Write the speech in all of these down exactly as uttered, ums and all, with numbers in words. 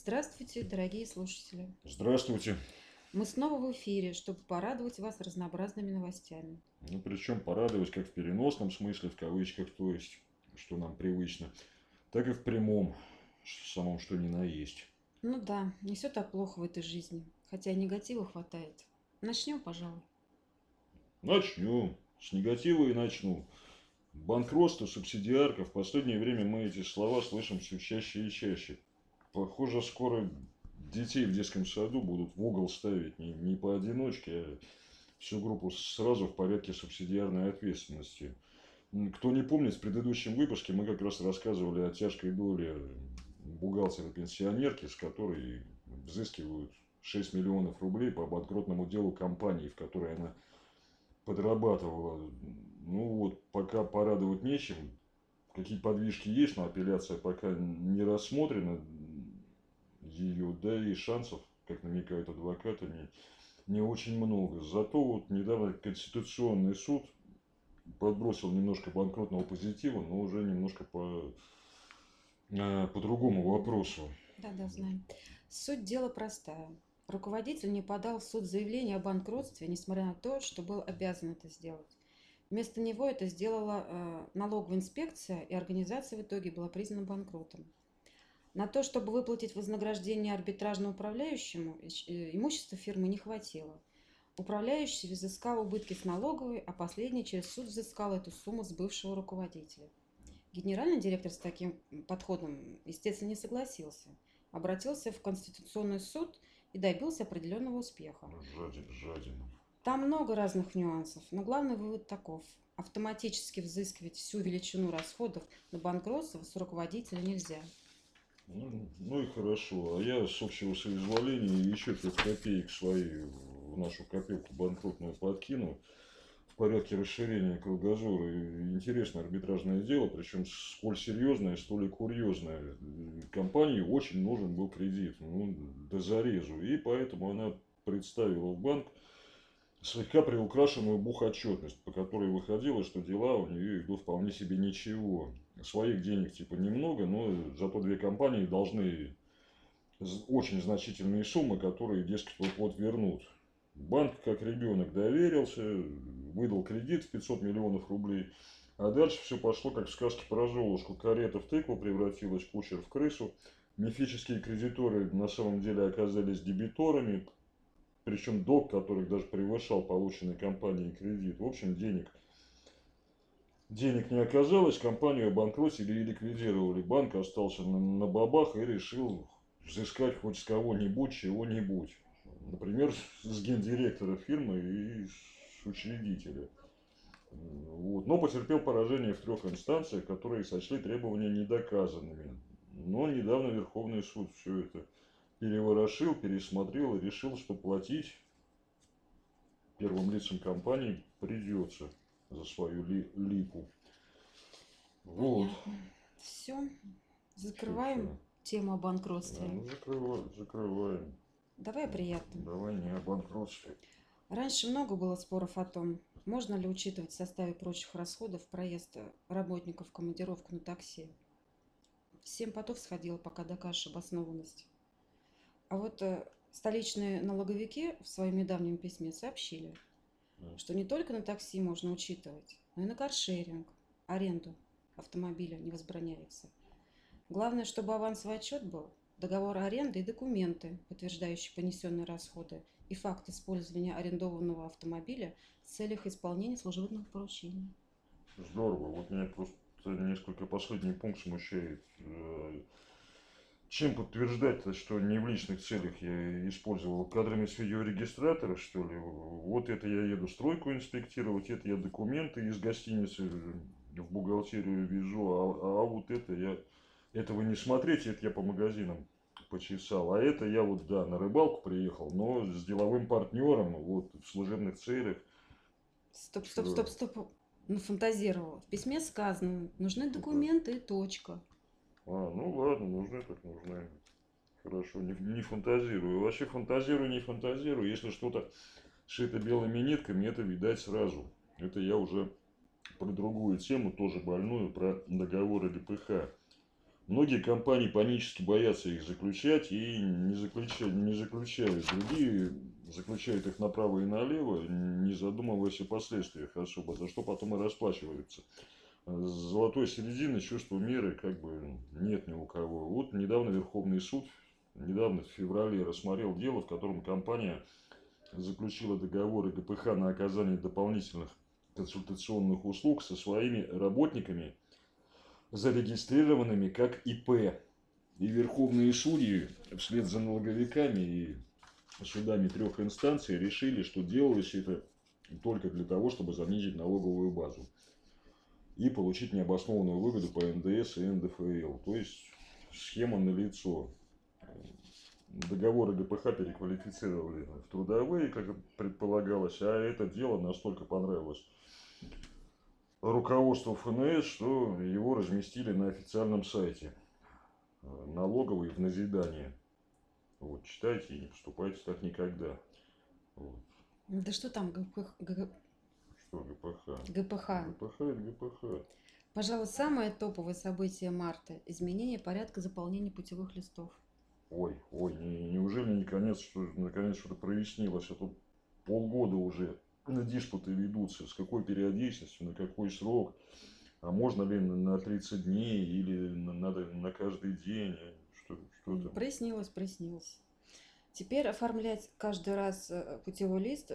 Здравствуйте, дорогие слушатели! Здравствуйте! Мы снова в эфире, чтобы порадовать вас разнообразными новостями. Ну, причем порадовать как в переносном смысле, в кавычках, то есть, что нам привычно, так и в прямом, самом что ни на есть. Ну да, не все так плохо в этой жизни, хотя и негатива хватает. Начнем, пожалуй. Начнем. С негатива и начну. Банкротство, субсидиарка. В последнее время мы эти слова слышим все чаще и чаще. Похоже, скоро детей в детском саду будут в угол ставить не, не поодиночке, а всю группу сразу в порядке субсидиарной ответственности. Кто не помнит, в предыдущем выпуске мы как раз рассказывали о тяжкой доле бухгалтера-пенсионерки, с которой взыскивают шесть миллионов рублей по банкротному делу компании, в которой она подрабатывала. Ну вот, пока порадовать нечем. Какие подвижки есть, но апелляция пока не рассмотрена ее, да и шансов, как намекают адвокаты, не, не очень много. Зато вот недавно Конституционный суд подбросил немножко банкротного позитива, но уже немножко по, по другому вопросу. Да-да, знаем. Суть дела простая. Руководитель не подал в суд заявление о банкротстве, несмотря на то, что был обязан это сделать. Вместо него это сделала э, налоговая инспекция, и организация в итоге была признана банкротом. На то, чтобы выплатить вознаграждение арбитражному управляющему, имущества фирмы не хватило. Управляющий взыскал убытки с налоговой, а последний через суд взыскал эту сумму с бывшего руководителя. Генеральный директор с таким подходом, естественно, не согласился. Обратился в Конституционный суд и добился определенного успеха. Жадин, жадин. Там много разных нюансов, но главный вывод таков. Автоматически взыскивать всю величину расходов на банкротство с руководителя нельзя. Ну, ну и хорошо. А я с общего соизволения еще пять копеек свои в нашу копилку банкротную подкину в порядке расширения кругозора. И интересное арбитражное дело, причем сколь серьезное, столь и курьезное. Компании очень нужен был кредит, ну, до зарезу. И поэтому она представила в банк слегка приукрашенную бухотчетность, по которой выходило, что дела у нее идут вполне себе ничего. Своих денег типа немного, но зато две компании должны очень значительные суммы, которые, дескать, вот-вот вернут. Банк, как ребенок, доверился, выдал кредит в пятьсот миллионов рублей. А дальше все пошло, как в сказке про Золушку. Карета в тыкву превратилась, кучер в крысу. Мифические кредиторы на самом деле оказались дебиторами, причем долг которых даже превышал полученный компанией кредит. В общем, денег, денег не оказалось, компанию обанкротили и ликвидировали. Банк остался на, на бабах и решил взыскать хоть с кого-нибудь чего-нибудь. Например, с гендиректора фирмы и с учредителя. Вот. Но потерпел поражение в трех инстанциях, которые сочли требования недоказанными. Но недавно Верховный суд все это переворошил, пересмотрел и решил, что платить первым лицам компании придется за свою ли, липу. Вот. Понятно. Все. Все, Закрываем все. тему о банкротстве. Да, ну закрываем, закрываем. Давай о приятном. Давай не о банкротстве. Раньше много было споров о том, можно ли учитывать в составе прочих расходов проезд работников в командировку на такси. Всем потов сходило, пока докажешь обоснованность. А вот э, столичные налоговики в своем недавнем письме сообщили, Да. что не только на такси можно учитывать, но и на каршеринг, аренду автомобиля не возбраняется. Главное, чтобы авансовый отчет был, договор аренды и документы, подтверждающие понесенные расходы, и факт использования арендованного автомобиля в целях исполнения служебных поручений. Здорово. Вот меня просто несколько последний пункт смущает. Чем подтверждать, что не в личных целях я использовал? Кадрами с видеорегистратора, что ли? Вот это я еду стройку инспектировать, это я документы из гостиницы в бухгалтерию везу, а, а вот это я... Этого не смотреть, это я по магазинам почесал. А это я вот, да, на рыбалку приехал, но с деловым партнером, вот, в служебных целях. Стоп, стоп, Что? стоп, стоп. Ну, фантазировала. В письме сказано, нужны документы и точка. А, ну ладно, нужны так нужны. Хорошо, не, не фантазирую. Вообще фантазирую, не фантазирую. Если что-то шито белыми нитками, это видать сразу. Это я уже про другую тему, тоже больную, про договор ЛПХ. Многие компании панически боятся их заключать и не заключают, не заключают. Другие заключают их направо и налево, не задумываясь о последствиях особо, за что потом и расплачиваются. Золотой середины, чувства меры как бы нет ни у кого. Вот недавно Верховный суд, недавно в феврале рассмотрел дело, в котором компания заключила договоры ГПХ на оказание дополнительных консультационных услуг со своими работниками, зарегистрированными как ИП. И верховные судьи вслед за налоговиками и судами трех инстанций решили, что делалось это только для того, чтобы занизить налоговую базу и получить необоснованную выгоду по эн дэ эс и эн дэ эф эл. То есть схема налицо. Договоры ГПХ переквалифицировали в трудовые, как предполагалось, а это дело настолько понравилось руководству эф эн эс, что его разместили на официальном сайте налоговой в назидание. Вот, читайте и не поступайте так никогда. Вот. Да что там ГПХ? Что ГПХ? ГПХ. ГПХ это ГПХ. Пожалуй, самое топовое событие марта – изменение порядка заполнения путевых листов. Ой, ой, не, неужели наконец, что, наконец что-то прояснилось? А тут полгода уже на диспуты ведутся. С какой периодичностью, на какой срок? А можно ли на тридцать дней или надо на каждый день? Что, что там? Прояснилось, прояснилось. Теперь оформлять каждый раз путевой лист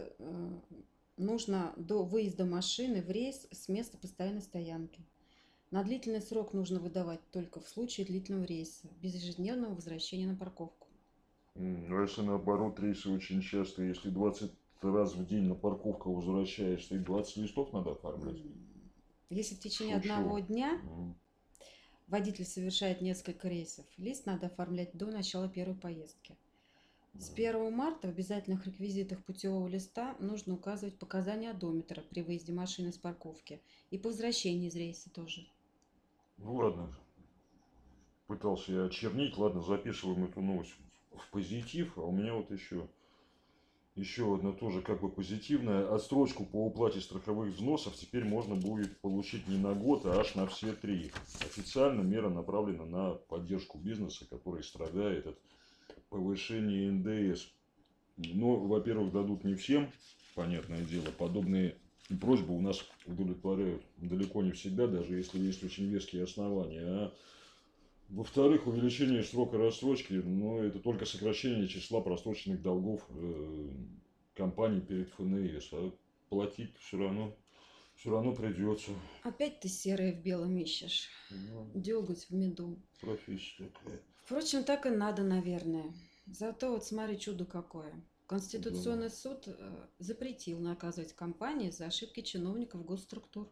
нужно до выезда машины в рейс с места постоянной стоянки. На длительный срок нужно выдавать только в случае длительного рейса, без ежедневного возвращения на парковку. Ну, если наоборот рейсы очень часто, если двадцать раз в день на парковку возвращаешься, и двадцать листов надо оформлять. Если в течение Шучу. одного дня Mm. водитель совершает несколько рейсов, лист надо оформлять до начала первой поездки. С первого марта в обязательных реквизитах путевого листа нужно указывать показания одометра при выезде машины с парковки и по возвращении из рейса тоже. Ну ладно, пытался я очернить, ладно, записываем эту новость в позитив, а у меня вот еще, еще одна тоже как бы позитивная. Отсрочку по уплате страховых взносов теперь можно будет получить не на год, а аж на все три. Официально мера направлена на поддержку бизнеса, который страдает от повышения эн дэ эс. Но, во-первых, дадут не всем, понятное дело, подобные просьбы у нас удовлетворяют далеко не всегда, даже если есть очень веские основания. А во-вторых, увеличение срока рассрочки, но это только сокращение числа просроченных долгов э, компаний перед эф эн эс. А платить все равно, все равно придется. Опять ты серое в белом ищешь. Ну, деготь в меду. профессия такая. Впрочем, так и надо, наверное. Зато вот смотри, чудо какое. Конституционный Да. суд э, запретил наказывать компании за ошибки чиновников госструктур.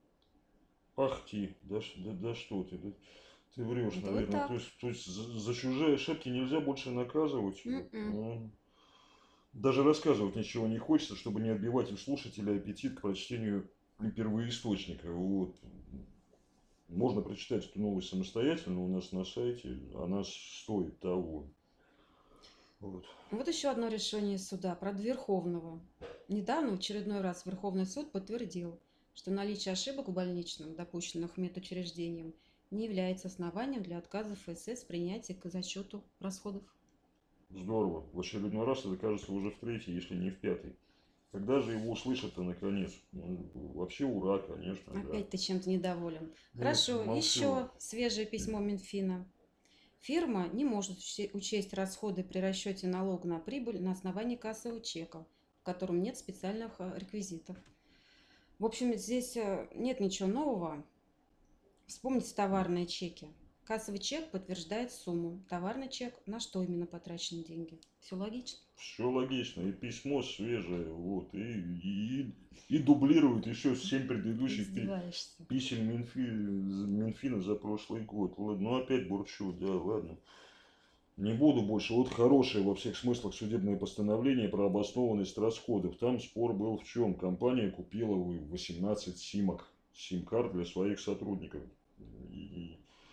Ах ты, да, да, да что ты, да, ты врешь, Это наверное. вот так. То есть, то есть за, за чужие ошибки нельзя больше наказывать. М-м. Даже рассказывать ничего не хочется, чтобы не отбивать у слушателя аппетит к прочтению первоисточника. Вот. Можно прочитать эту новость самостоятельно у нас на сайте. Она стоит того. Вот. Вот еще одно решение суда, правда, Верховного. Недавно в очередной раз Верховный суд подтвердил, что наличие ошибок в больничном, допущенных медучреждением, не является основанием для отказа эф эс эс в принятии к зачету расходов. Здорово. В очередной раз это кажется уже в третий, если не в пятый. Когда же его услышат-то наконец? Ну, вообще ура, конечно. Опять Да. ты чем-то недоволен. Нет, Хорошо, молчу. еще свежее письмо Минфина. Фирма не может учесть расходы при расчете налога на прибыль на основании кассового чека, в котором нет специальных реквизитов. В общем, здесь нет ничего нового. Вспомните товарные чеки. Кассовый чек подтверждает сумму. Товарный чек – на что именно потрачены деньги. Все логично? Все логично. И письмо свежее. Вот. И, и, и дублирует еще семь предыдущих пи- писем Минфи, Минфина за прошлый год. Ну опять бурчу, да, ладно. Не буду больше. Вот хорошее во всех смыслах судебное постановление про обоснованность расходов. Там спор был в чем? Компания купила восемнадцать симок, сим-карт для своих сотрудников. И,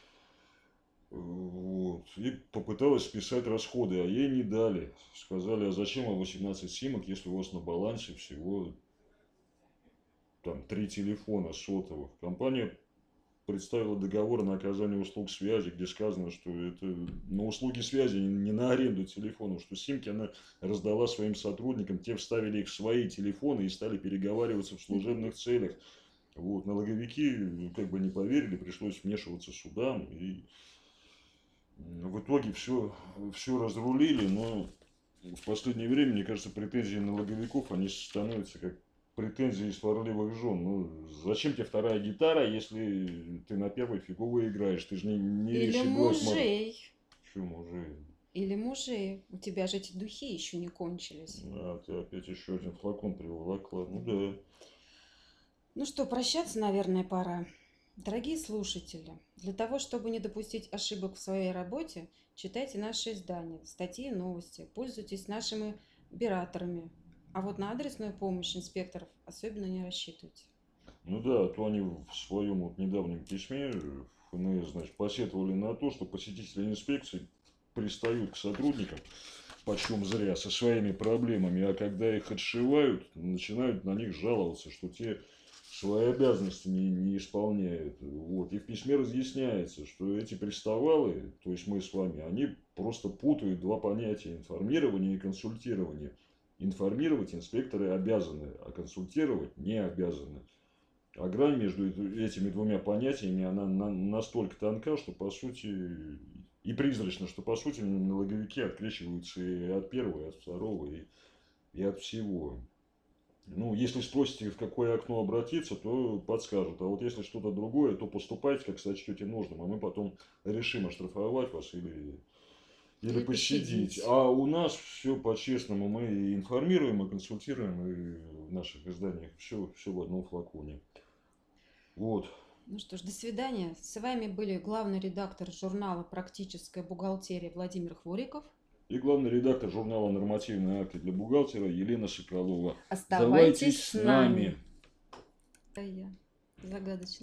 вот. И попыталась списать расходы, а ей не дали. Сказали, а зачем вам восемнадцать симок, если у вас на балансе всего там три телефона сотовых. Компания представила договор на оказание услуг связи, где сказано, что это на услуги связи, не на аренду телефонов, что симки она раздала своим сотрудникам, те вставили их в свои телефоны и стали переговариваться в служебных целях. Вот, налоговики как бы не поверили, пришлось вмешиваться судам, и в итоге все, все разрулили, но в последнее время, мне кажется, претензии налоговиков, они становятся как претензии сварливых жен. Ну, зачем тебе вторая гитара, если ты на первой фигово играешь? Ты же не, не Или вещи Блэкмор. мужей. Почему мужей? Или мужей. У тебя же эти духи еще не кончились. А, ты опять еще один флакон приволокла. Ну да. Ну что, прощаться, наверное, пора. Дорогие слушатели, для того, чтобы не допустить ошибок в своей работе, читайте наши издания, статьи и новости, пользуйтесь нашими операторами. А вот на адресную помощь инспекторов особенно не рассчитывайте. Ну да, а то они в своем вот недавнем письме в ФНС, значит, посетовали на то, что посетители инспекции пристают к сотрудникам, почем зря, со своими проблемами, а когда их отшивают, начинают на них жаловаться, что те свои обязанности не, не исполняют. Вот. И в письме разъясняется, что эти приставалы, то есть мы с вами, они просто путают два понятия: информирование и консультирование. Информировать инспекторы обязаны, а консультировать не обязаны. А грань между этими двумя понятиями, она настолько тонка, что по сути, и призрачно, что по сути налоговики открещиваются и от первого, и от второго, и, и от всего. Ну, если спросите, в какое окно обратиться, то подскажут. А вот если что-то другое, то поступайте, как сочтете нужным. А мы потом решим, оштрафовать вас или, или, Или пощадить. пощадить. А у нас все по-честному. Мы и информируем, и консультируем, и в наших изданиях все, все в одном флаконе. Вот. Ну что ж, до свидания. С вами были главный редактор журнала «Практическая бухгалтерия» Владимир Хвориков. И главный редактор журнала «Нормативные акты для бухгалтера» Елена Соколова. Оставайтесь с нами. нами. Загадочно.